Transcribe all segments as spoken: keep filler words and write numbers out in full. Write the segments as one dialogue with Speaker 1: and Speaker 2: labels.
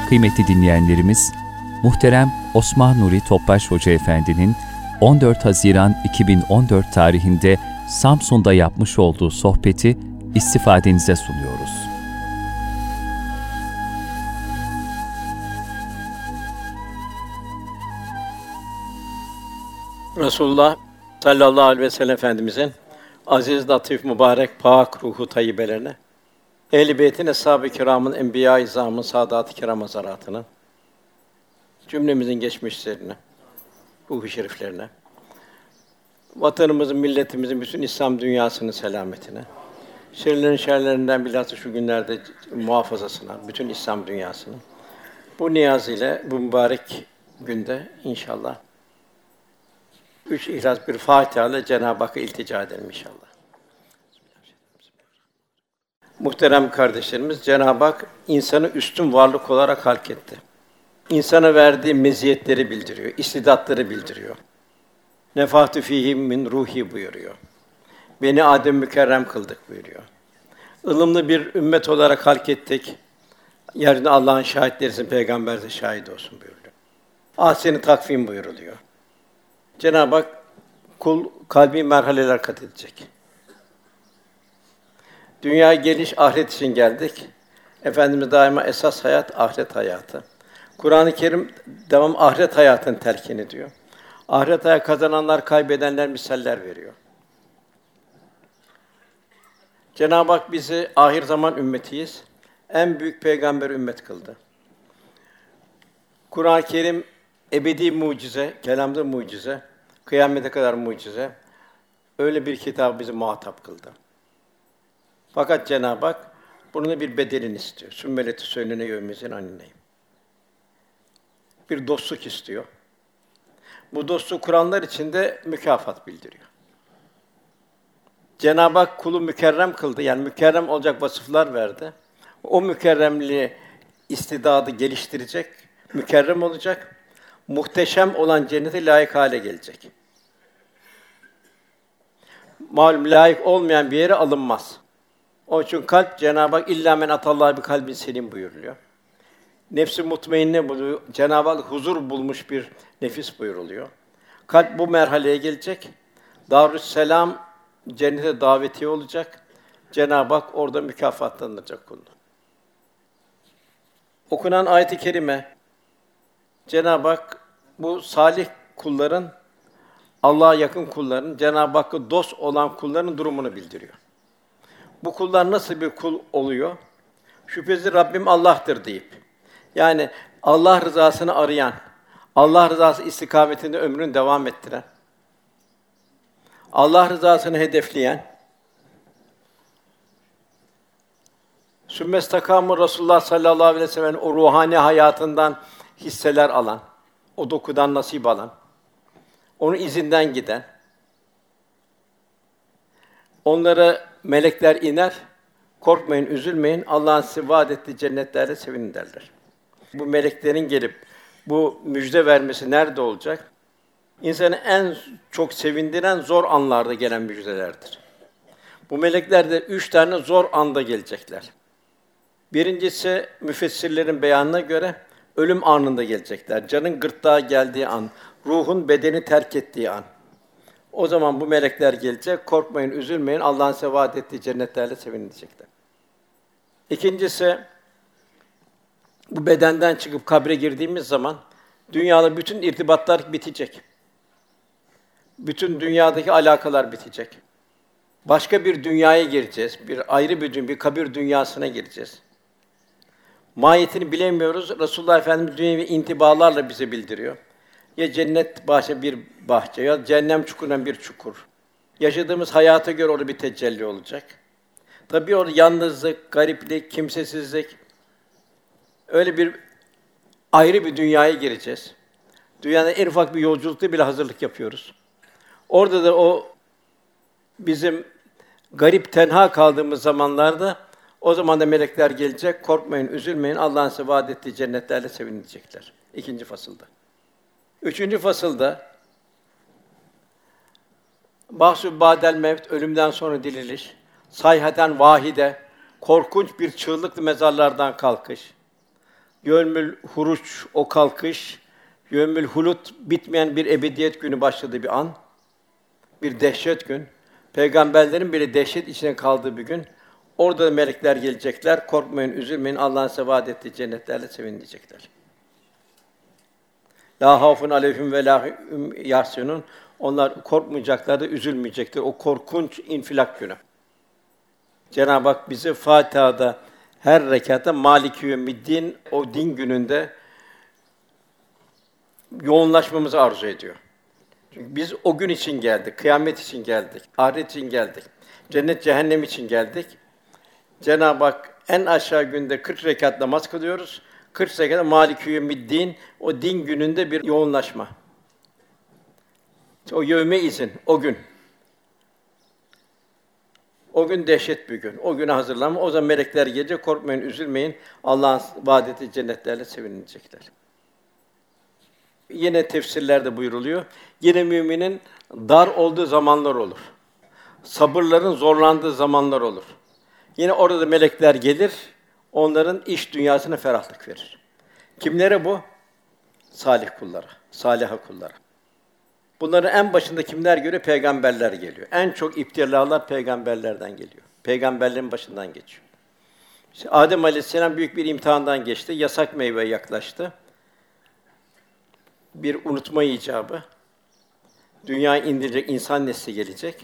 Speaker 1: Kıymetli dinleyenlerimiz, muhterem Osman Nuri Topbaş Hoca Efendi'nin on dört Haziran iki bin on dört tarihinde Samsun'da yapmış olduğu sohbeti istifadenize sunuyoruz.
Speaker 2: Resulullah sallallahu aleyhi ve sellem Efendimizin aziz, latif, mübarek, pak ruhu tayyibelerine, ehl-i beytin, eshab-ı kiramın, enbiya-i izamın, saadat-ı kiram hazaratına, cümlemizin geçmişlerine, ruh-u şeriflerine, vatanımızın, milletimizin, bütün İslam dünyasının selametine, şerlerin şerlerinden bilhassa şu günlerde muhafazasına, bütün İslam dünyasının, bu niyaz ile bu mübarek günde inşallah üç İhlas, bir Fatiha ile Cenab-ı Hakk'a iltica edelim inşallah. Muhterem kardeşlerimiz, Cenab-ı Hak insanı üstün varlık olarak halk etti. İnsana verdiği meziyetleri bildiriyor, istidatları bildiriyor. Nefâhtü fîhî min ruhî buyuruyor. Beni Adem mükerrem kıldık buyuruyor. Ilımlı bir ümmet olarak halk ettik. Yeryüzünde Allah'ın şahitlerisin, peygamber de şahit olsun buyuruyor. Ahsen-i takvim buyuruluyor. Cenab-ı Hak kul kalbi merhaleler kat edecek. Dünyaya geliş ahiret için geldik. Efendimiz daima esas hayat ahiret hayatı. Kur'an-ı Kerim devam ahiret hayatını telkin ediyor. Ahiret hayatı kazananlar, kaybedenler misaller veriyor. Cenab-ı Hak bizi ahir zaman ümmetiyiz. En büyük peygamber ümmet kıldı. Kur'an-ı Kerim ebedi mucize, kelamda mucize, kıyamete kadar mucize. Öyle bir kitap bizi muhatap kıldı. Fakat Cenab-ı Hak bunun da bir bedelini istiyor. Sümmeleti söylene yevmizin anineyim. Bir dostluk istiyor. Bu dostluğu kuranlar için de mükafat bildiriyor. Cenab-ı Hak kulu mükerrem kıldı. Yani mükerrem olacak vasıflar verdi. O mükerremliği istidadı geliştirecek, mükerrem olacak. Muhteşem olan cennete layık hale gelecek. Malum layık olmayan bir yere alınmaz. Onun için kalp Cenab-ı Hak illa men atallaha bi kalbin selim buyuruluyor. Nefs-i mutmainne buluyor. Cenab-ı Hak huzur bulmuş bir nefis buyuruluyor. Kalp bu merhaleye gelecek. Darüsselam cennete davetiye olacak. Cenab-ı Hak orada mükafatlandıracak kulunu. Okunan ayet-i kerime Cenab-ı Hak bu salih kulların, Allah'a yakın kulların, Cenab-ı Hakk'a dost olan kulların durumunu bildiriyor. Bu kullar nasıl bir kul oluyor? Şüphesiz Rabbim Allah'tır deyip, yani Allah rızasını arayan, Allah rızası istikametinde ömrünü devam ettiren, Allah rızasını hedefleyen, sümmestakamu Resulullah sallallahu aleyhi ve sellem'in o ruhani hayatından hisseler alan, o dokudan nasip alan, onun izinden giden, onlara melekler iner, korkmayın, üzülmeyin, Allah'ın size vaad ettiği cennetlerle sevinin derler. Bu meleklerin gelip bu müjde vermesi nerede olacak? İnsanı en çok sevindiren zor anlarda gelen müjdelerdir. Bu melekler de üç tane zor anda gelecekler. Birincisi müfessirlerin beyanına göre ölüm anında gelecekler. Canın gırtlağa geldiği an, ruhun bedeni terk ettiği an. O zaman bu melekler gelecek, korkmayın, üzülmeyin, Allah'ın size vaad ettiği cennetlerle sevinecekler. İkincisi, bu bedenden çıkıp kabre girdiğimiz zaman dünyada bütün irtibatlar bitecek. Bütün dünyadaki alakalar bitecek. Başka bir dünyaya gireceğiz, bir ayrı bir dünya, bir kabir dünyasına gireceğiz. Mahiyetini bilemiyoruz. Resulullah Efendimiz dünyevi intibalarla bize bildiriyor. Ya cennet bahçe bir bahçe, ya cehennem çukurundan bir çukur. Yaşadığımız hayata göre orada bir tecelli olacak. Tabii orada yalnızlık, gariplik, kimsesizlik, öyle bir ayrı bir dünyaya gireceğiz. Dünyanın en ufak bir yolculukta bile hazırlık yapıyoruz. Orada da o bizim garip, tenha kaldığımız zamanlarda o zaman da melekler gelecek, korkmayın, üzülmeyin, Allah'ın size vaad ettiği cennetlerle sevinecekler. İkinci fasılda. Üçüncü fasılda bahsü ba'del mevt, ölümden sonra diriliş, sayhaten vahide, korkunç bir çığlıklı mezarlardan kalkış, Yevmül huruç, o kalkış, yevmül hulut, bitmeyen bir ebediyet günü başladığı bir an. Bir dehşet gün. Peygamberlerin bile dehşet içine kaldığı bir gün. Orada da melekler gelecekler. Korkmayın, üzülmeyin. Allah'ın size vaad ettiği cennetlerle sevinin diyecekler. La havfun aleyhim ve la hum yahzunun. Onlar korkmayacaklar da üzülmeyecektir. O korkunç infilak günü. Cenab-ı Hak bizi Fatiha'da her rekatta Maliki Yevmiddin, o din gününde yoğunlaşmamızı arzu ediyor. Çünkü biz o gün için geldik, kıyamet için geldik, ahiret için geldik, cennet cehennem için geldik. Cenab-ı Hak en aşağı günde kırk rekat namaz kılıyoruz. kırk rekat Maliki Yevmiddin, o din gününde bir yoğunlaşma. O yevme izin, o gün. O gün dehşet bir gün. O güne hazırlanma. O zaman melekler gelecek, korkmayın, üzülmeyin. Allah'ın vaad ettiği cennetlerle sevinecekler. Yine tefsirlerde buyruluyor. Yine müminin dar olduğu zamanlar olur. Sabırların zorlandığı zamanlar olur. Yine orada da melekler gelir, onların iş dünyasına ferahlık verir. Kimlere bu? Salih kullara, saliha kullara. Bunların en başında kimler geliyor? Peygamberler geliyor. En çok iptilalar peygamberlerden geliyor. Peygamberlerin başından geçiyor. İşte Adem Aleyhisselam büyük bir imtihandan geçti. Yasak meyve yaklaştı. Bir unutma icabı. Dünyaya indirecek insan nesli gelecek.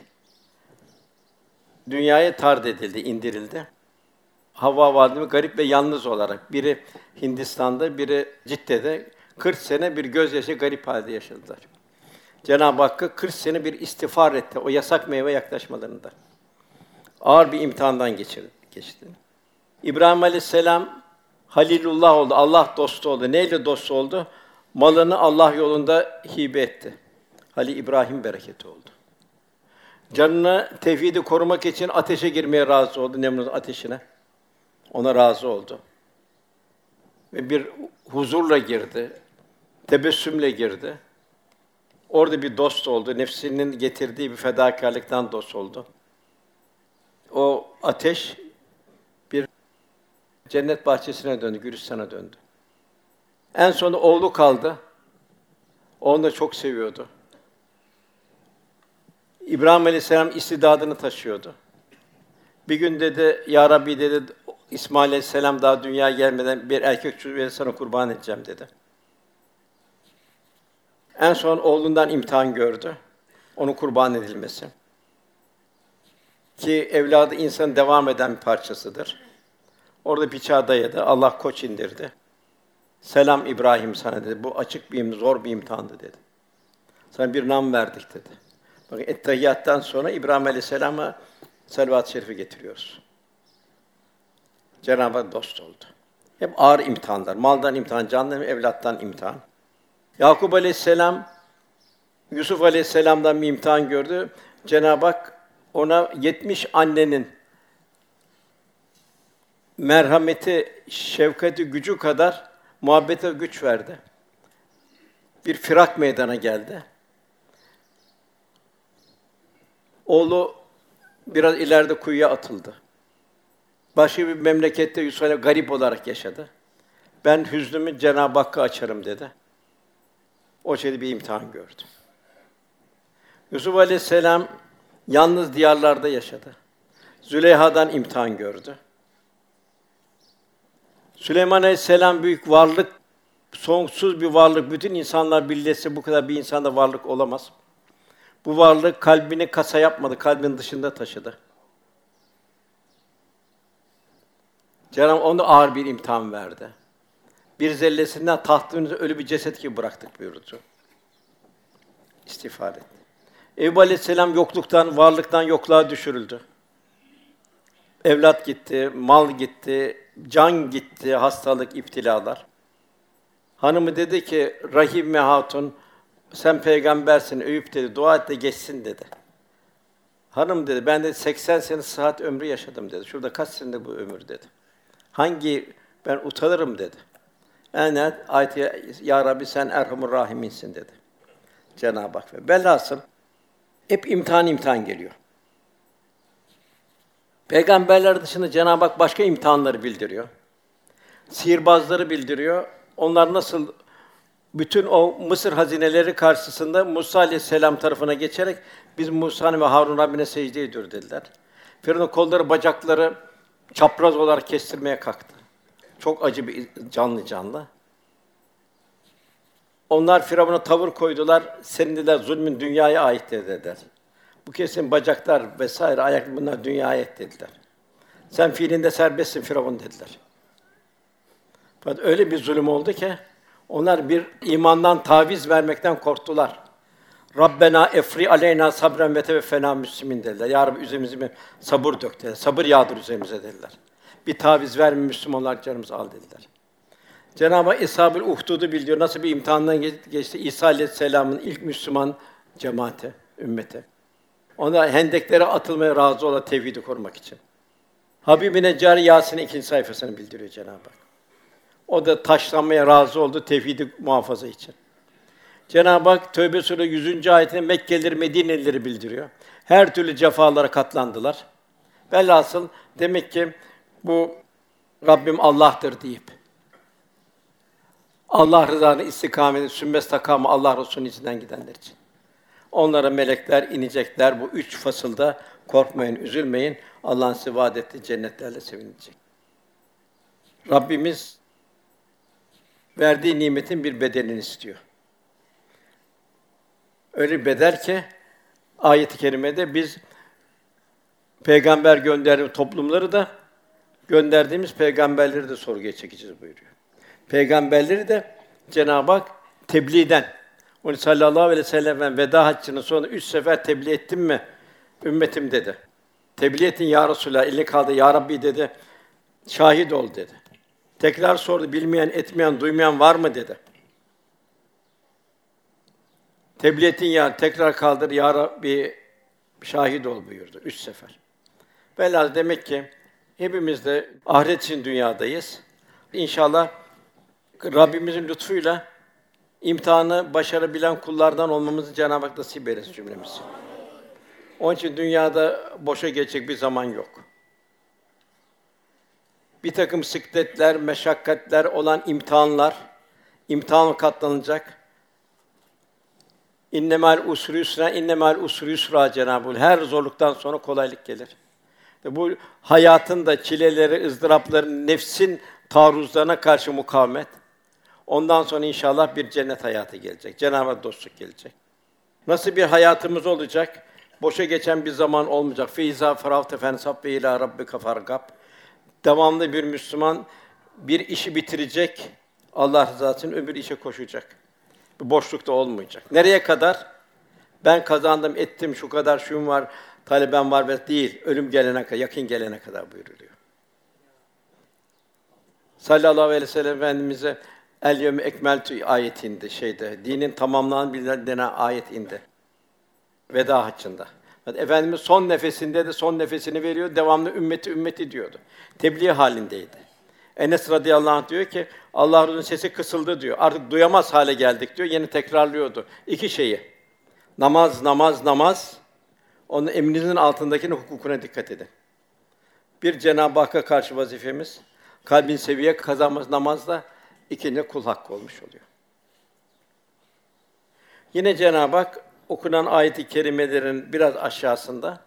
Speaker 2: Dünyaya tard edildi, indirildi. Havva validemiz garip ve yalnız olarak biri Hindistan'da, biri Cidde'de kırk sene bir gözyaşı garip halde yaşadılar. Cenab-ı Hakk'a kırk sene bir istiğfar etti o yasak meyve yaklaşmalarında. Ağır bir imtihandan geçirdi, geçti. İbrahim Aleyhisselam Halilullah oldu, Allah dostu oldu. Neyle dost oldu? Malını Allah yolunda hibe etti. Halil İbrahim bereketi oldu. Canını tevhidi korumak için ateşe girmeye razı oldu, Nemrut'un ateşine. Ona razı oldu. Ve bir huzurla girdi, tebessümle girdi. Orada bir dost oldu, nefsinin getirdiği bir fedakârlıktan dost oldu. O ateş bir cennet bahçesine döndü, Gülistan'a döndü. En sonunda oğlu kaldı. Onu da çok seviyordu. İbrahim Aleyhisselam istidadını taşıyordu. Bir gün dedi, Ya Rabbi dedi, İsmail Aleyhisselam daha dünyaya gelmeden bir erkek çocuğu sana kurban edeceğim dedi. En son oğlundan imtihan gördü. Onu kurban edilmesi. Ki evladı insanın devam eden bir parçasıdır. Orada bıçağı dayadı, Allah koç indirdi. Selam İbrahim sana dedi. Bu açık bir, zor bir imtihandı dedi. Sana bir nam verdik dedi. Bakın ettehiyyattan sonra İbrahim Aleyhisselam'a salavat-ı şerifi getiriyoruz. Cenab-ı Hak dost oldu. Hep ağır imtihanlar. Maldan imtihan, candan, evlattan imtihan. Yakup Aleyhisselam Yusuf Aleyhisselam'dan bir imtihan gördü. Cenab-ı Hak ona yetmiş annenin merhameti, şefkati, gücü kadar muhabbete güç verdi. Bir firak meydana geldi. Oğlu biraz ileride kuyuya atıldı. Başka bir memlekette Yusuf Aleyhisselam garip olarak yaşadı. Ben hüznümü Cenab-ı Hakk'a açarım dedi. O şekilde bir imtihan gördü. Yusuf Aleyhisselam yalnız diyarlarda yaşadı. Züleyha'dan imtihan gördü. Süleyman Aleyhisselam büyük varlık, sonsuz bir varlık. Bütün insanlar birleşse bu kadar bir insanda varlık olamaz. Bu varlık kalbini kasa yapmadı, kalbin dışında taşıdı. Cenab-ı Hak ona ağır bir imtihan verdi. Bir zellesinden tahtınızı ölü bir ceset gibi bıraktık buyurdu. İstiğfar etti. Eyüp Aleyhisselam yokluktan, varlıktan yokluğa düşürüldü. Evlat gitti, mal gitti, can gitti, hastalık, iptilalar. Hanımı dedi ki, Rahime Hatun, sen peygambersin, Eyüp dedi, dua et de geçsin dedi. Hanım dedi, ben de seksen sene sıhhat ömrü yaşadım dedi. Şurada kaç sene bu ömür dedi. Hangi, ben utanırım dedi. Yani ayet-i Ya Rabbi sen Erhamur Rahiminsin dedi. Cenab-ı Hak ve velhasıl hep imtihan imtihan geliyor. Peygamberler dışında Cenab-ı Hak başka imtihanları bildiriyor. sihirbazları bildiriyor. Onlar nasıl bütün o Mısır hazineleri karşısında Musa aleyhisselam tarafına geçerek biz Musa'nın ve Harun Rabbine secde ediyor dediler. Firavun'un kolları, bacakları çapraz olarak kestirmeye kalktı. Çok acı bir canlı canlı. Onlar Firavun'a tavır koydular. Senin dediler zulmün dünyaya ait dediler. Bu kesin bacaklar vesaire ayak bunlar dünyaya ait dediler. Sen fiilinde serbestsin Firavun dediler. Fakat öyle bir zulüm oldu ki onlar bir imandan taviz vermekten korktular. Rabbena efri aleyna sabren ve teveffena müslimin dediler. Ya Rabbi üzerimize bir sabır dök dediler. Sabır yağdır üzerimize dediler. Bir taviz verme Müslümanlar canımızı al dediler. Cenab-ı Hak Eshab-ül Uhdud'u bildiriyor. Nasıl bir imtihandan geçti İsa aleyhisselamın ilk Müslüman cemaati, ümmeti. Onlar hendeklere atılmaya razı olan tevhidi korumak için. Habib-i Neccar Yasin'in ikinci sayfasını bildiriyor Cenab-ı Hak. O da taşlanmaya razı oldu tevhidi muhafaza için. Cenab-ı Hak Tevbe Sûresi yüzüncü ayetinde Mekkelileri, Medinelileri bildiriyor. Her türlü cefalara katlandılar. Velhasıl demek ki bu Rabbim Allah'tır deyip Allah rızasını istikameti sümmes takamı Allah Resulü'nün izinden gidenler için. Onlara melekler inecekler. Bu üç fasılda korkmayın, üzülmeyin. Allah'ın size vaad ettiği cennetlerle sevinecek. Rabbimiz verdiği nimetin bir bedelini istiyor. Öyle bir bedel ki ayet-i kerimede biz peygamber gönderdiğimiz toplumları da gönderdiğimiz peygamberleri de sorguya çekeceğiz buyuruyor. Peygamberleri de Cenab-ı Hak tebliğden, onu sallallahu aleyhi ve sellem veda haccının sonra üç sefer tebliğ ettim mi ümmetim dedi. Tebliğ ettin ya Resulallah, elini kaldı ya Rabbi dedi. Şahit ol dedi. Tekrar sordu, bilmeyen, etmeyen, duymayan var mı dedi. Tebliğ ettin ya, tekrar kaldır ya Rabbi, şahit ol buyurdu üç sefer. Velhâsıl demek ki hepimiz de ahiret için dünyadayız. İnşallah Rabbimizin lütfuyla imtihanı başarabilen kullardan olmamızı Cenab-ı Hak nasip eylesin cümlemizi. Onun için dünyada boşa geçecek bir zaman yok. Bir takım sıkletler, meşakkatler olan imtihanlar, imtihan katlanacak. İnnemâl usri yusra, innemâl usri yusra Cenab-ı Hak. Her zorluktan sonra kolaylık gelir. Ve bu hayatın da çileleri, ızdırapların, nefsin taarruzlarına karşı mukavemet. Ondan sonra inşallah bir cennet hayatı gelecek. Cenab-ı Hak dostluk gelecek. Nasıl bir hayatımız olacak? Boşa geçen bir zaman olmayacak. Feiza feravte fensab ve ila rabbike fargab. Devamlı bir Müslüman bir işi bitirecek, Allah rızası için öbür işe koşacak. Bu boşlukta olmayacak. Nereye kadar? Ben kazandım, ettim, şu kadar şuyum var, talebem var ve değil. Ölüm gelene kadar, yakın gelene kadar buyuruluyor. Sallallahu aleyhi ve sellem Efendimiz'e El yevme ekmeltu ayetinde şeyde dinin tamamlanan bildiren ayet indi. Veda haccında. Efendimiz son nefesinde de son nefesini veriyor, devamlı ümmeti ümmeti diyordu. Tebliğ halindeydi. Enes radıyallahu anh diyor ki Allah Resulü'nün sesi kısıldı diyor. Artık duyamaz hale geldik diyor. Yeni tekrarlıyordu. İki şeyi. Namaz, namaz, namaz. Onun emrinizin altındakinin hukukuna dikkat edin. Bir Cenab-ı Hakk'a karşı vazifemiz, kalbin seviye kazanması namazla, ikinci kul hakkı olmuş oluyor. Yine Cenab-ı Hak okunan ayet-i kerimelerin biraz aşağısında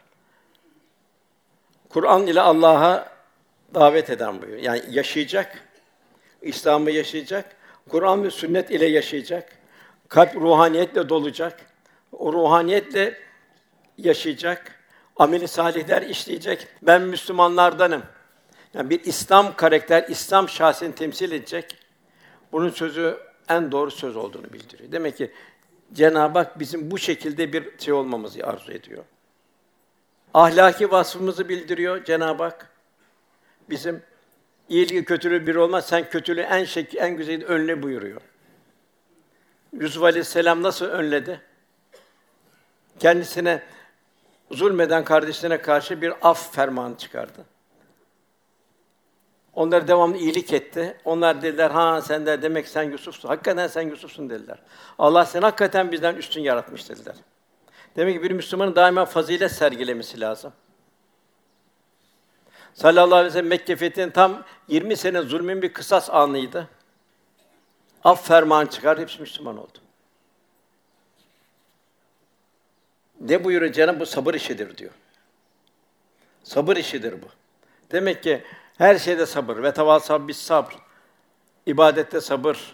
Speaker 2: Kur'an ile Allah'a davet eden buyuruyor. Yani yaşayacak, İslam'ı yaşayacak, Kur'an ve sünnet ile yaşayacak, kalp ruhaniyetle dolacak, o ruhaniyetle yaşayacak, amel-i salihler işleyecek. Ben Müslümanlardanım. Yani bir İslam karakter, İslam şahsiyetini temsil edecek. Bunun sözü en doğru söz olduğunu bildiriyor. Demek ki Cenab-ı Hak bizim bu şekilde bir şey olmamızı arzu ediyor. Ahlaki vasfımızı bildiriyor Cenab-ı Hak. Bizim iyiliği kötülüğü bir olmaz. Sen kötülüğü en şek en güzel önle buyuruyor. Yusuf Aleyhisselam nasıl önledi? Kendisine zulmeden kardeşlerine karşı bir af fermanı çıkardı. Onlara devamlı iyilik etti. Onlar dediler, ha sen de demek sen Yusuf'sun. Hakikaten sen Yusuf'sun dediler. Allah seni hakikaten bizden üstün yaratmış dediler. Demek ki bir Müslümanın daima fazilet sergilemesi lazım. Sallallahu aleyhi ve sellem Mekke fethinin tam yirmi sene zulmün bir kısas anıydı. Af fermanı çıkar, hepsi Müslüman oldu. Ne buyuruyor Cenab-ı? Bu sabır işidir diyor. Sabır işidir bu. Demek ki her şeyde sabır. Ve tevassav bis sabr. İbadette sabır.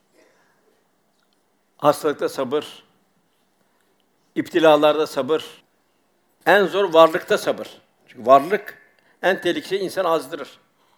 Speaker 2: Hastalıkta sabır. İptilalarda sabır. En zor varlıkta sabır. Çünkü varlık en tehlikeli, insan azdırır.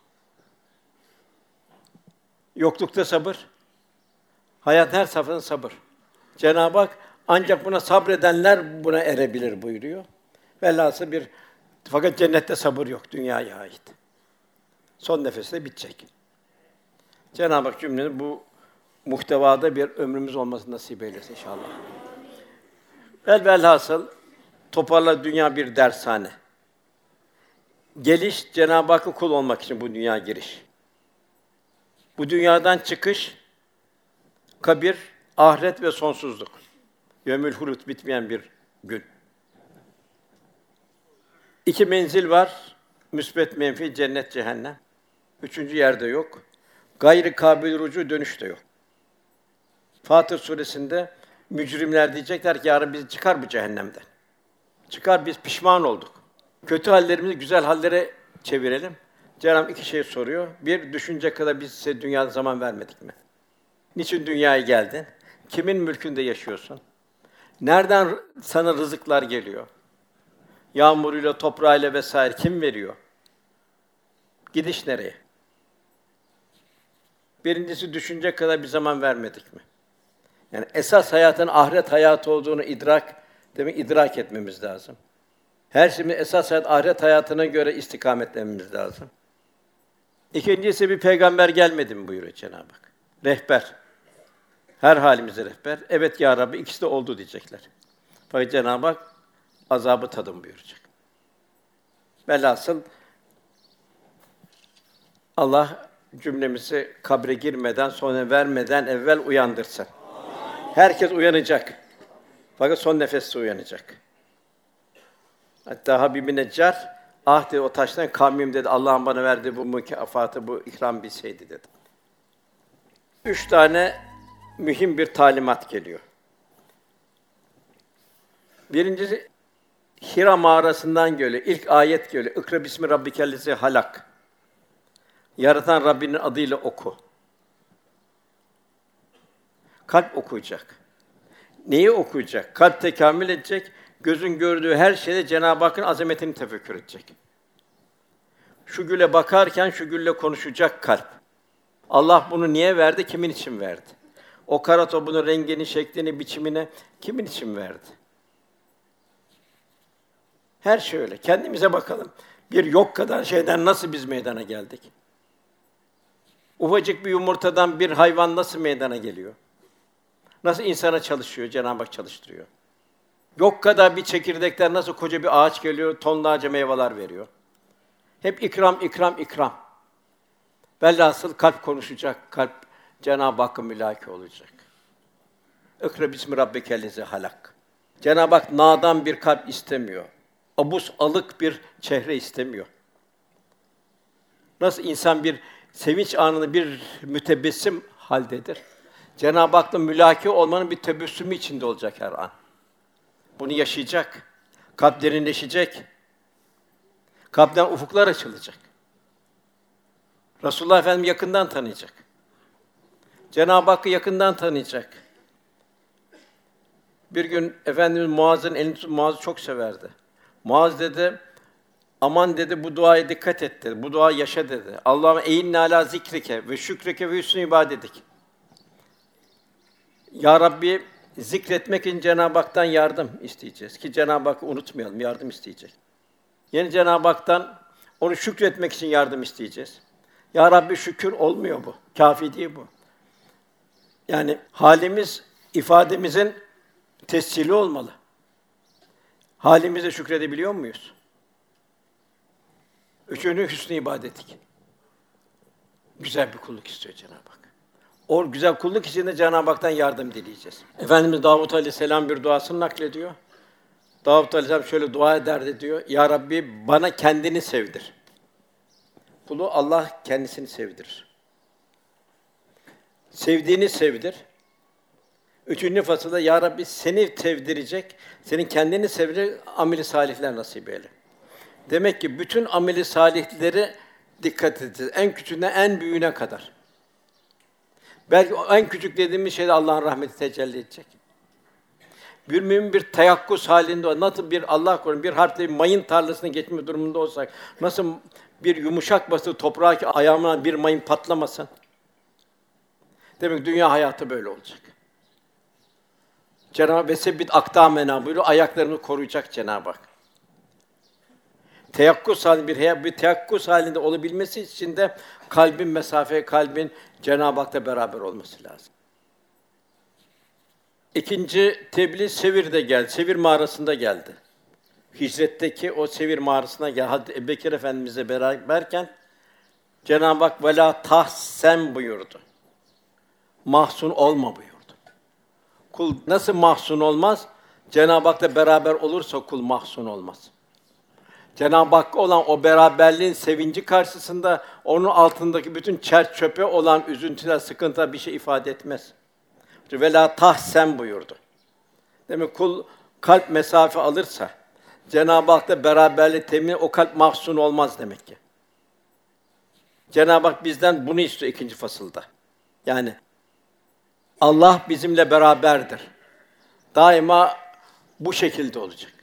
Speaker 2: Yoklukta sabır. Hayat her safhada sabır. Cenab-ı Hak ancak buna sabredenler buna erebilir buyuruyor. Velhâsıl bir fakat cennette sabır yok, dünyaya ait. Son nefeste bitecek. Cenab-ı Hak cümlenin bu muhtevada bir ömrümüz olmasını nasip eylesin inşallah. Vel velhasıl toparla, dünya bir dershane. Geliş Cenab-ı Hakk'a kul olmak için bu dünya giriş. Bu dünyadan çıkış kabir, ahiret ve sonsuzluk. Yevmül hulut, bitmeyen bir gün. İki menzil var. Müsbet, menfi, cennet, cehennem. Üçüncü yerde yok. Gayrı kabil rucu, dönüş de yok. Fatır suresinde mücrimler diyecekler ki yarın bizi çıkar bu cehennemden. Çıkar, biz pişman olduk. Kötü hallerimizi güzel hallere çevirelim. Cenab-ı Hak iki şey soruyor. Bir, düşünecek kadar biz size dünyada zaman vermedik mi? Niçin dünyaya geldin? Kimin mülkünde yaşıyorsun? Nereden sana rızıklar geliyor? Yağmuruyla, toprağıyla vesaire kim veriyor? Gidiş nereye? Birincisi, düşünecek kadar bir zaman vermedik mi? Yani esas hayatın ahiret hayatı olduğunu idrak, demek idrak etmemiz lazım. Her şeyin esas hayat ahiret hayatına göre istikametlenmemiz lazım. İkincisi, bir peygamber gelmedi mi buyuruyor Cenab-ı Hak. Rehber. Her halimize rehber. Evet ya Rabbi, ikisi de oldu diyecekler. Fakat Cenab-ı Hak azabı tadın buyuracak. Velhasıl Allah cümlemizi kabre girmeden, sonra vermeden evvel uyandırsın. Herkes uyanacak. Fakat son nefeste uyanacak. Hatta Habib-i Neccar, ah dedi, o taştan kavmim dedi, Allah'ın bana verdiği bu mükafatı, bu ikram bilseydi dedi. Üç tane mühim bir talimat geliyor. Birincisi, Hira mağarasından geliyor. İlk ayet geliyor. İkra bismi rabbikellezi halak. Yaratan Rabbinin adıyla oku. Kalp okuyacak. Neyi okuyacak? Kalp tekamül edecek. Gözün gördüğü her şeyde Cenab-ı Hakk'ın azametini tefekkür edecek. Şu güle bakarken şu gülle konuşacak kalp. Allah bunu niye verdi? Kimin için verdi? O kara topunun rengini, şeklini, biçimini kimin için verdi? Her şey öyle. Kendimize bakalım. Bir yok kadar şeyden nasıl biz meydana geldik? Ufacık bir yumurtadan bir hayvan nasıl meydana geliyor? Nasıl insana çalışıyor? Cenab-ı Hak çalıştırıyor. Yok kadar bir çekirdekten nasıl koca bir ağaç geliyor, tonlarca meyveler veriyor. Hep ikram, ikram, ikram. Velhasıl kalp konuşacak, kalp Cenab-ı Hakk'ın mülaki olacak. İkra bismi rabbikellezi halak. Cenab-ı Hak nadan bir kalp istemiyor. Abus, alık bir çehre istemiyor. Nasıl insan bir sevinç anını bir mütebessim haldedir. Cenab-ı Hak'la mülaki olmanın bir tebessümü içinde olacak her an. Bunu yaşayacak. Kalp derinleşecek. Kalpten ufuklar açılacak. Resulullah Efendimiz yakından tanıyacak. Cenab-ı Hakk'ı yakından tanıyacak. Bir gün Efendimiz Muaz'ın elini tutup, Muaz'ı çok severdi. Muaz dedi, aman dedi, bu duaya dikkat et dedi. Bu duayı yaşa dedi. Allahümme eyyinne alâ zikrike ve şükrike ve hüsnü ibadetik. Ya Rabbi, zikretmek için Cenab-ı Hak'tan yardım isteyeceğiz ki Cenab-ı Hakk'ı unutmayalım, yardım isteyecek. Yine Cenab-ı Hak'tan onu şükretmek için yardım isteyeceğiz. Ya Rabbi, şükür olmuyor bu. Kâfi değil bu. Yani halimiz ifademizin tescili olmalı. Halimize şükredebiliyor muyuz? Üçüncü hüsnü ibadetik. Güzel bir kulluk istiyor Cenab-ı Hak. O güzel kulluk içinde Cenab-ı Hak'tan yardım dileyeceğiz. Efendimiz Davud Aleyhisselam bir duasını naklediyor. Davud Aleyhisselam şöyle dua ederdi diyor. Ya Rabbi, bana kendini sevdir. kulu Allah kendisini sevdirir. Sevdiğini sevdir. Üçüncü fasılda Ya Rabbi seni sevdirecek, senin kendini sevdirecek amel-i salihler nasip eyle. Demek ki bütün amel-i salihleri dikkat edeceğiz. En küçüğünden en büyüğüne kadar. Belki en küçük dediğimiz şeyde Allah'ın rahmeti tecelli edecek. Bir mümin bir teyakkuz halinde o nasıl bir Allah korusun bir harfte bir mayın tarlasına geçme durumunda olsak, nasıl bir yumuşak basıp toprağa ki ayağımdan bir mayın patlamasın. Demek ki dünya hayatı böyle olacak. Cenab-ı Hak "Vesebbit akdâmenâ" buyuruyor, ayaklarını koruyacak Cenab-ı Hak. Teyakkuz halinde bir hayat, bir teyakkuz halinde olabilmesi için de kalbin mesafe, kalbin Cenab-ı Hak'la beraber olması lazım. İkinci tebliğ Sevir'de geldi. Sevir mağarasında geldi. Hicretteki o Sevir mağarasına geldi. Hazreti Ebubekir Efendimizle beraberken Cenab-ı Hak "Velâ tahsen" buyurdu. Mahzun olma buyurdu. Kul nasıl mahzun olmaz? Cenab-ı Hak'la beraber olursa kul mahzun olmaz. Cenab-ı Hakk'a olan o beraberliğin sevinci karşısında onun altındaki bütün çer çöpe olan üzüntüler, sıkıntılar bir şey ifade etmez. "Velâ tahsen" buyurdu. Demek kul kalp mesafe alırsa, Cenab-ı Hak'la beraberlik temin, o kalp mahzun olmaz demek ki. Cenab-ı Hak bizden bunu istiyor ikinci fasılda. Yani Allah bizimle beraberdir. Daima bu şekilde olacak.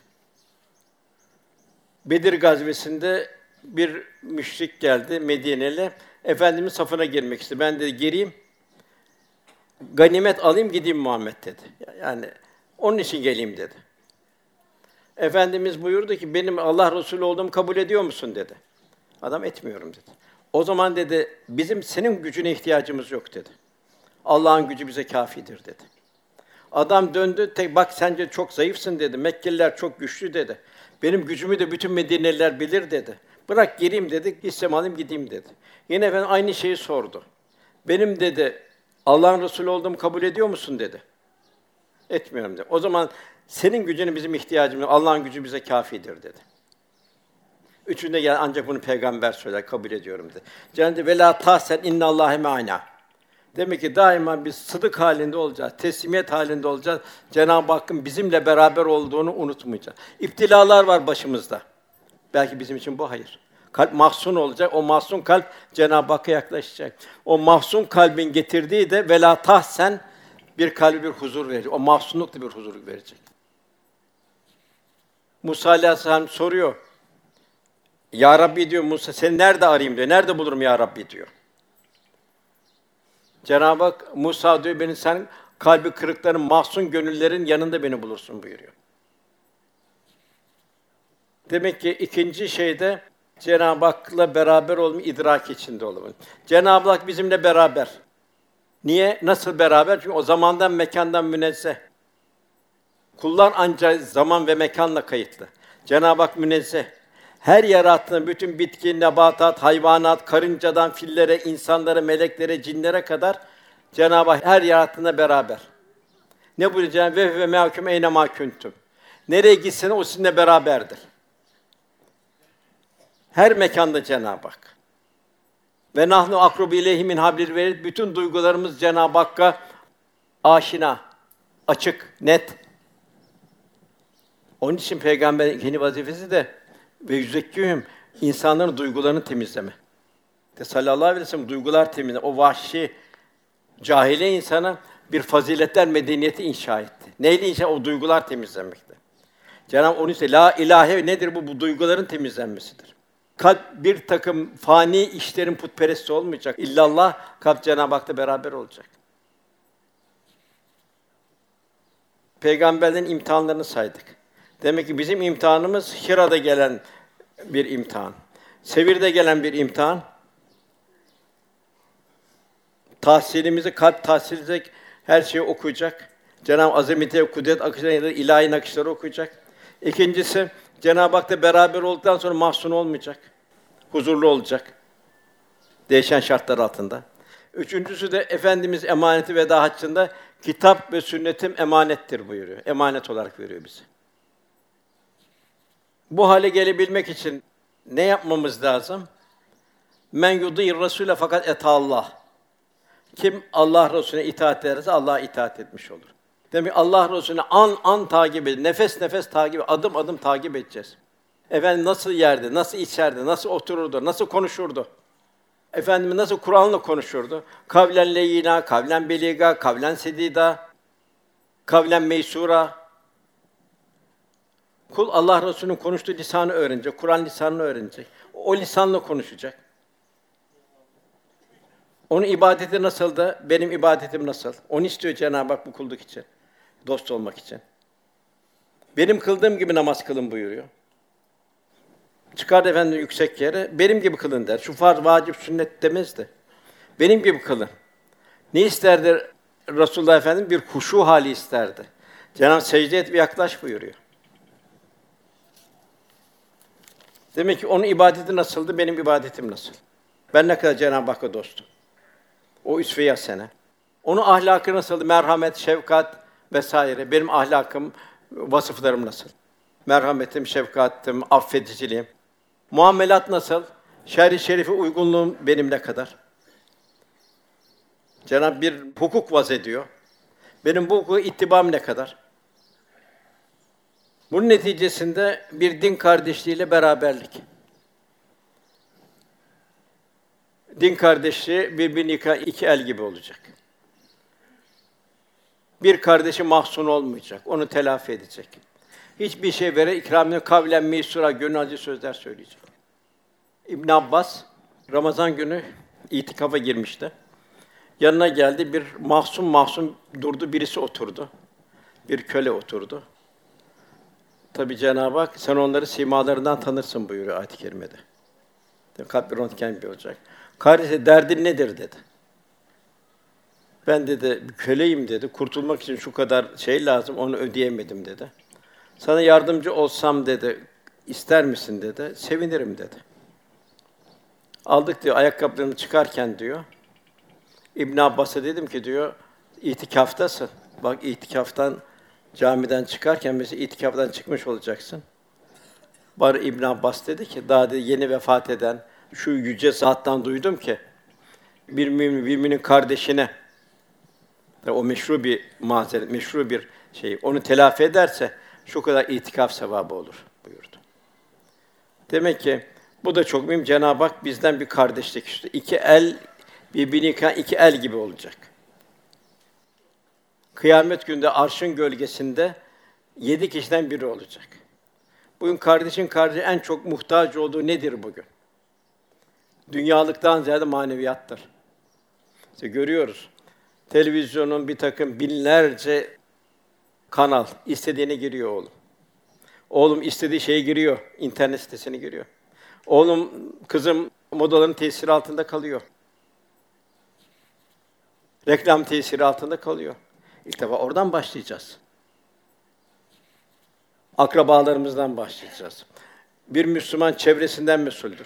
Speaker 2: Bedir gazvesinde bir müşrik geldi Medineli. Efendimiz safına girmek istedi. Ben dedi gireyim. Ganimet alayım gideyim Muhammed dedi. Yani onun için geleyim dedi. Efendimiz buyurdu ki benim Allah Resulü olduğumu kabul ediyor musun dedi. Adam etmiyorum dedi. O zaman dedi bizim senin gücüne ihtiyacımız yok dedi. Allah'ın gücü bize kâfidir dedi. Adam döndü, tek bak sence çok zayıfsın dedi. Mekkeliler çok güçlü dedi. Benim gücümü de bütün Medineliler bilir dedi. Bırak gireyim dedi, gitsem alayım gideyim dedi. Yine efendim aynı şeyi sordu. Benim dedi Allah'ın Resulü olduğumu kabul ediyor musun dedi. Etmiyorum dedi. O zaman senin gücüne bizim ihtiyacımız yok. Allah'ın gücü bize kâfidir dedi. Üçünde gel ancak bunu peygamber söyler, kabul ediyorum dedi. Cenab-ı "Velâ tahsen innallâhe me'anâ." Demek ki daima biz sıdık halinde olacağız, teslimiyet halinde olacağız. Cenab-ı Hakk'ın bizimle beraber olduğunu unutmayacağız. İptilalar var başımızda. Belki bizim için bu hayır. Kalp mahzun olacak. O mahzun kalp Cenab-ı Hakk'a yaklaşacak. O mahzun kalbin getirdiği de velâ tahsen bir kalbe bir huzur verecek. O mahzunluk da bir huzur verecek. Musa Aleyhisselam soruyor. Ya Rabbi diyor Musa, seni nerede arayayım diyor. Nerede bulurum ya Rabbi diyor. Cenab-ı Hak Musa diyor beni sen kalbi kırıkların, mahzun gönüllerin yanında beni bulursun buyuruyor. Demek ki ikinci şeyde Cenab-ı Hak'la beraber olma idrak içinde olmalı. Cenab-ı Hak bizimle beraber. Niye? Nasıl beraber? Çünkü o zamandan, mekandan münezzeh. Kullar ancak zaman ve mekanla kayıtlı. Cenab-ı Hak münezzeh. Her yarattığın bütün bitki, nebatat, hayvanat, karıncadan fillere, insanlara, meleklere, cinlere kadar Cenab-ı Hak her yarattığında beraber. Ne buyuruyor? Ve ve mehkum eyne ma kuntum. Nereye gitsen o sizinle beraberdir. Her mekanda Cenab-ı Hak. Ve nahnu akrubu ileyhi min hablil verid. Bütün duygularımız Cenab-ı Hakk'a aşina, açık, net. Onun için peygamberin ikinci vazifesi de ve yüzekkihüm insanların duygularını temizleme. De sallallahu aleyhi ve sellem duygular temizleme. O vahşi cahile insana bir faziletler medeniyeti inşa etti. Neyle inşa? O duygular temizlenmekte. Cenab-ı onun için la ilahe nedir bu? Bu duyguların temizlenmesidir. Kalp bir takım fani işlerin putperesti olmayacak. İllallah kalp Cenab-ı Hak'la beraber olacak. Peygamberlerin imtihanlarını saydık. Demek ki bizim imtihanımız Hira'da gelen bir imtihan. Sevir'de gelen bir imtihan. Tahsilimizi kalp tahsil edecek, her şeyi okuyacak. Cenab-ı Azameti ve kudret akışları, ilahi nakışları okuyacak. İkincisi Cenab-ı Hak'la beraber olduktan sonra mahzun olmayacak. Huzurlu olacak. Değişen şartlar altında. Üçüncüsü de Efendimiz emaneti veda haccında kitap ve sünnetim emanettir buyuruyor. Emanet olarak veriyor bize. Bu hale gelebilmek için ne yapmamız lazım? Men yudî'ir rasûle fakat etâllâh. Kim Allah Resulüne itaat ederse Allah'a itaat etmiş olur. Demek ki Allah Resulü'nü an an takip edin, nefes nefes takip, adım adım takip edeceğiz. Efendim nasıl yerdi, nasıl içerdi, nasıl otururdu, nasıl konuşurdu? Efendimiz nasıl Kur'an'la konuşurdu? Kavlen leyyina, kavlen beliga, kavlen sedida, kavlen meysura. Kul Allah Resulü'nün konuştuğu lisanı öğrenecek, Kur'an lisanını öğrenecek. O lisanla konuşacak. Onun ibadeti nasıl da benim ibadetim nasıl? Onu istiyor Cenab-ı Hak bu kulluk için, dost olmak için. Benim kıldığım gibi namaz kılın buyuruyor. Çıkar efendim yüksek yere, benim gibi kılın der. Şu farz, vacip, sünnet demezdi. Benim gibi kılın. Ne isterdi Resulullah Efendimiz? Bir huşu hali isterdi. Cenab-ı Hak secde et ve yaklaş buyuruyor. Demek ki onun ibadeti nasıldı, benim ibadetim nasıl? Ben ne kadar Cenab-ı Hakk'a dostum. O üsve-i hasene. Onun ahlakı nasıldı? Merhamet, şefkat vesaire. Benim ahlakım, vasıflarım nasıl? Merhametim, şefkatim, affediciliğim. Muamelat nasıl? Şer-i şerife uygunluğum benim ne kadar? Cenab-ı bir hukuk vaz ediyor. Benim bu hukuka ittibam ne kadar? Bunun neticesinde bir din kardeşliğiyle beraberlik. Din kardeşliği birbirini yıkan iki el gibi olacak. Bir kardeşi mahzun olmayacak, onu telafi edecek. Hiçbir şey vere ikramını kavlen meysura, gönül alıcı sözler söyleyecek. İbn Abbas Ramazan günü itikafa girmişti. Yanına geldi, bir mahzun mahzun durdu, birisi oturdu. Bir köle oturdu. Tabii Cenab-ı Hak sen onları simalarından tanırsın buyuruyor ayet-i kerimede. Kalp bir röntgen bir olacak. Kardeşe derdin nedir dedi. Ben dedi köleyim dedi. Kurtulmak için şu kadar şey lazım, onu ödeyemedim dedi. Sana yardımcı olsam dedi, ister misin dedi. Sevinirim dedi. Aldık diyor ayakkabılarını çıkarken diyor. İbn Abbas'a dedim ki diyor, itikaftasın. Bak itikaftan camiden çıkarken mesela itikaftan çıkmış olacaksın. Bari İbn Abbas dedi ki daha dedi, yeni vefat eden şu yüce zattan duydum ki bir mümin müminin kardeşine o meşru bir mazeret, meşru bir şey onu telafi ederse şu kadar itikaf sevabı olur buyurdu. Demek ki bu da çok mühim. Cenab-ı Hak bizden bir kardeşlik işte. İki el birbirini yıkan iki el gibi olacak. Kıyamet günde arşın gölgesinde yedi kişiden biri olacak. Bugün kardeşin kardeşi en çok muhtaç olduğu nedir bugün? Dünyalıktan ziyade maneviyattır. İşte görüyoruz. Televizyonun bir takım binlerce kanal istediğine giriyor oğlum. Oğlum istediği şeye giriyor, internet sitesine giriyor. Oğlum, kızım modaların tesiri altında kalıyor. Reklam tesiri altında kalıyor. İlk defa oradan başlayacağız. Akrabalarımızdan başlayacağız. Bir Müslüman çevresinden mesuldür.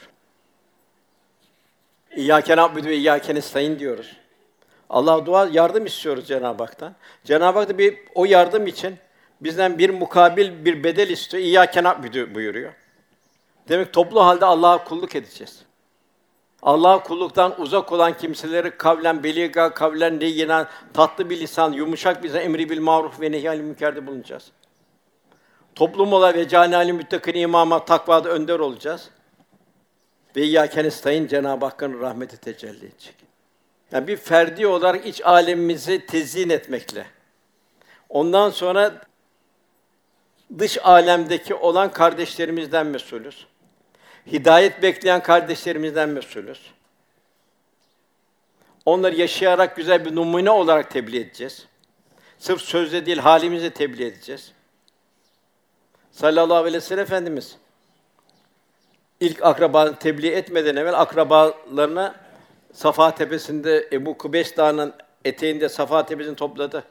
Speaker 2: İyyâke na'budu ve iyyâke nestaîn diyoruz. Allah dua yardım istiyoruz Cenab-ı Hak'tan. Cenab-ı Hak da bir o yardım için bizden bir mukabil bir bedel istiyor. İyyâke na'budu buyuruyor. Demek toplu halde Allah'a kulluk edeceğiz. Allah'a kulluktan uzak olan kimseleri kavlen beliga, kavlen leyyina, tatlı bir lisan, yumuşak bir lisan, emri bil maruf ve nehy anil münkerde bulunacağız. Toplum olarak ve câne müttakîn imama, takvada önder olacağız. Ve iyyâke nestaîn Cenab-ı Hakk'ın rahmeti tecelli edecek. Yani bir ferdi olarak iç âlemimizi tezyin etmekle, ondan sonra dış âlemdeki olan kardeşlerimizden mesulüz. Hidayet bekleyen kardeşlerimizden mesulüz. Onları yaşayarak güzel bir numune olarak tebliğ edeceğiz. Sırf sözle değil, halimizle tebliğ edeceğiz. Sallallahu aleyhi ve sellem Efendimiz ilk akrabalarını tebliğ etmeden evvel akrabalarına Safa Tepesi'nde Ebu Kubeys Dağı'nın eteğinde Safa Tepesi'ni topladı.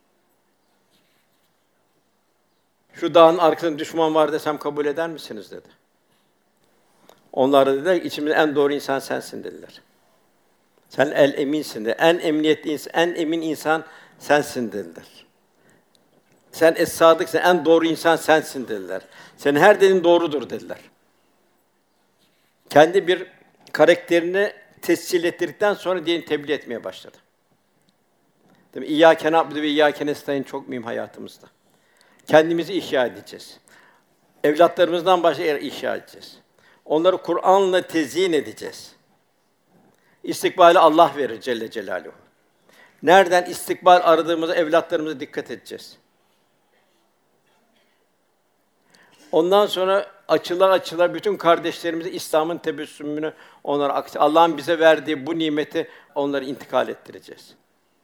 Speaker 2: Şu dağın arkasında düşman var desem kabul eder misiniz dedi. Onlar da dediler, içimizde en doğru insan sensin dediler. Sen el eminsin de, en emniyetli insan, en emin insan sensin dediler. Sen es-sadıksın, en doğru insan sensin dediler. Senin her dediğin doğrudur dediler. Kendi bir karakterini tescil ettirdikten sonra dini tebliğ etmeye başladı. Değil mi? İyyâke na'budu ve iyyâke nestaîn çok mühim hayatımızda. Kendimizi ihya edeceğiz. Evlatlarımızdan başka ihya edeceğiz. Onları Kur'an'la tezyin edeceğiz. İstikbali Allah verir Celle Celaluhu. Nereden istikbal aradığımıza evlatlarımıza dikkat edeceğiz. Ondan sonra açıla açıla bütün kardeşlerimize İslam'ın tebessümünü onlara aksi Allah'ın bize verdiği bu nimeti onlara intikal ettireceğiz.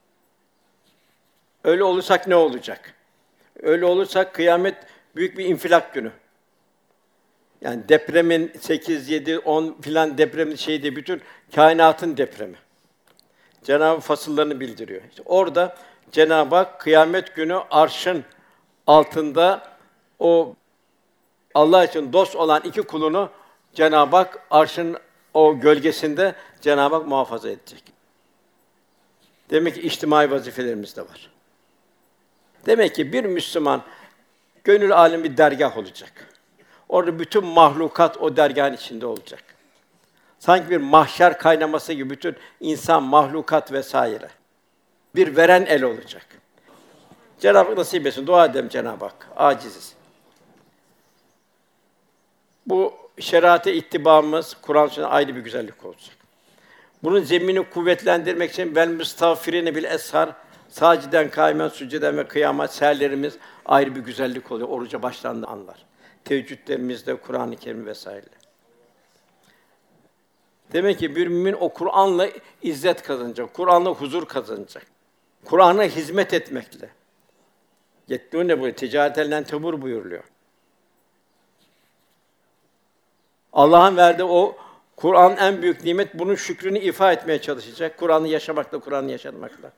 Speaker 2: Öyle olursak ne olacak? Öyle olursak kıyamet büyük bir infilak günü. Yani depremin sekiz, yedi, on filan depremin şeydi, bütün kainatın depremi. Cenab-ı fasıllarını bildiriyor. İşte orada Cenab-ı Hak kıyamet günü arşın altında o Allah için dost olan iki kulunu Cenab-ı Hak arşın o gölgesinde Cenab-ı Hak muhafaza edecek. Demek ki içtimai vazifelerimiz de var. Demek ki bir Müslüman gönül alemi bir dergâh olacak. Orada bütün mahlukat o dergâhın içinde olacak. Sanki bir mahşer kaynaması gibi bütün insan, mahlukat vesaire bir veren el olacak. Cenab-ı Hak nasip etsin. Dua edelim Cenab-ı Hak. Aciziz. Bu şeriate ittibamız Kur'an için ayrı bir güzellik olacak. Bunun zeminini kuvvetlendirmek için vel müstağfirine bil eshar saciden, kâimen, sücceden ve kıyamet seherlerimiz ayrı bir güzellik oluyor. Oruca başlandığı anlar. Teheccüdlerimizde Kur'an-ı Kerim vesaire. Demek ki bir mümin o Kur'an'la izzet kazanacak, Kur'an'la huzur kazanacak. Kur'an'a hizmet etmekle. Yetlûne bu ticareten len tebur buyuruluyor. Allah'ın verdiği o Kur'an en büyük nimet, bunun şükrünü ifa etmeye çalışacak. Kur'an'ı yaşamakla, Kur'an'ı yaşatmakla.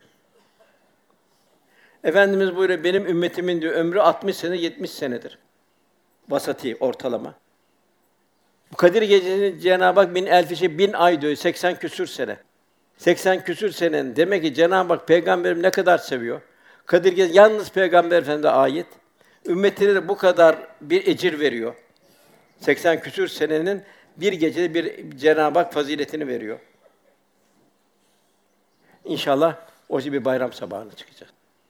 Speaker 2: Efendimiz buyuruyor, benim ümmetimin diyor ömrü altmış sene, yetmiş senedir. Vasati ortalama. Bu Kadir Gecesi'nin Cenab-ı Hak bin elfişe bin ay diyor, seksen küsür sene. seksen küsür senenin demek ki Cenab-ı Hak peygamberim ne kadar seviyor. Kadir Gecesi yalnız Peygamber Efendimiz'e ait. Ümmetine de bu kadar bir ecir veriyor. seksen küsür senenin bir gecede bir Cenab-ı Hak faziletini veriyor. İnşallah o bir bayram sabahına çıkacak.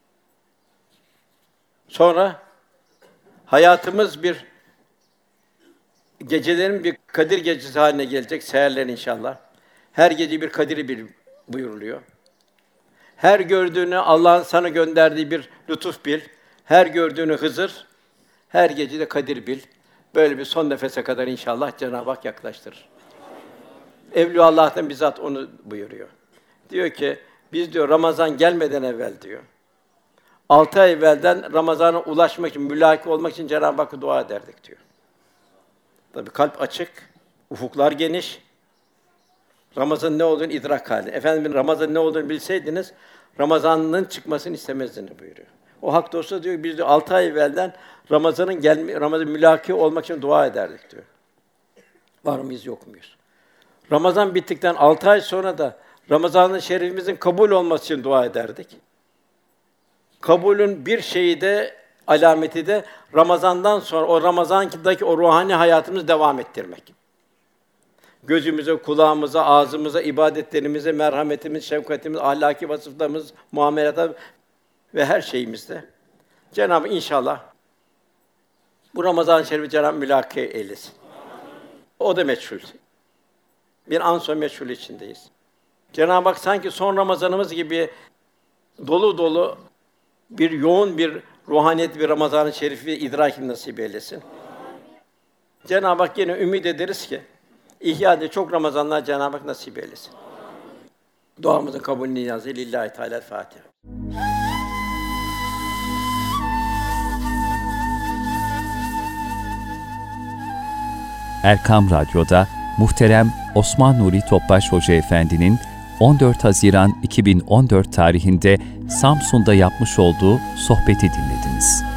Speaker 2: Sonra hayatımız bir gecelerin bir Kadir Gecesi haline gelecek, seherler inşallah. Her gece bir Kadir bir buyuruluyor. Her gördüğünü Allah'ın sana gönderdiği bir lütuf bil. Her gördüğünü Hızır, her gece de Kadir bil. Böyle bir son nefese kadar inşallah Cenab-ı Hak yaklaştırır. Evliya Allah'tan bizzat onu buyuruyor. Diyor ki, biz diyor Ramazan gelmeden evvel diyor, altı ay evvelden Ramazan'a ulaşmak için, mülaki olmak için Cenab-ı Hakk'a dua ederdik diyor. Tabii kalp açık, ufuklar geniş. Ramazan ne olduğunu idrak hali. Efendim Ramazan ne olduğunu bilseydiniz, Ramazan'ın çıkmasını istemezdiniz buyuruyor. O hak dostu diyor, biz diyor altı ay evvelden Ramazan'ın gelme, Ramazan mülaki olmak için dua ederdik diyor. Var mıyız, yok muyuz? Ramazan bittikten altı ay sonra da Ramazan-ı Şerifimizin kabul olması için dua ederdik. Kabulün bir şeyi de, alameti de Ramazan'dan sonra o Ramazan'daki o ruhani hayatımızı devam ettirmek. Gözümüze, kulağımıza, ağzımıza, ibadetlerimize, merhametimiz, şefkatimiz, ahlaki vasıflarımız, muamelata ve her şeyimizde Cenab-ı inşallah bu Ramazan-ı Şerif'i Cenab-ı mülaki eylesin. O da meçhul. Bir an sonra meçhul içindeyiz. Cenab-ı Hak sanki son Ramazanımız gibi dolu dolu bir yoğun bir ruhaniyet bir Ramazan-ı Şerif'i idrakini nasip eylesin. Cenab-ı Hak yine ümid ederiz ki İhya'da çok Ramazanlar Cenab-ı Hak nasip eylesin. Duamızın kabulü niyazı lillahi teala Fatiha.
Speaker 1: Erkam Radyo'da muhterem Osman Nuri Topbaş Hoca Efendi'nin on dört Haziran iki bin on dört tarihinde Samsun'da yapmış olduğu sohbeti dinlediniz.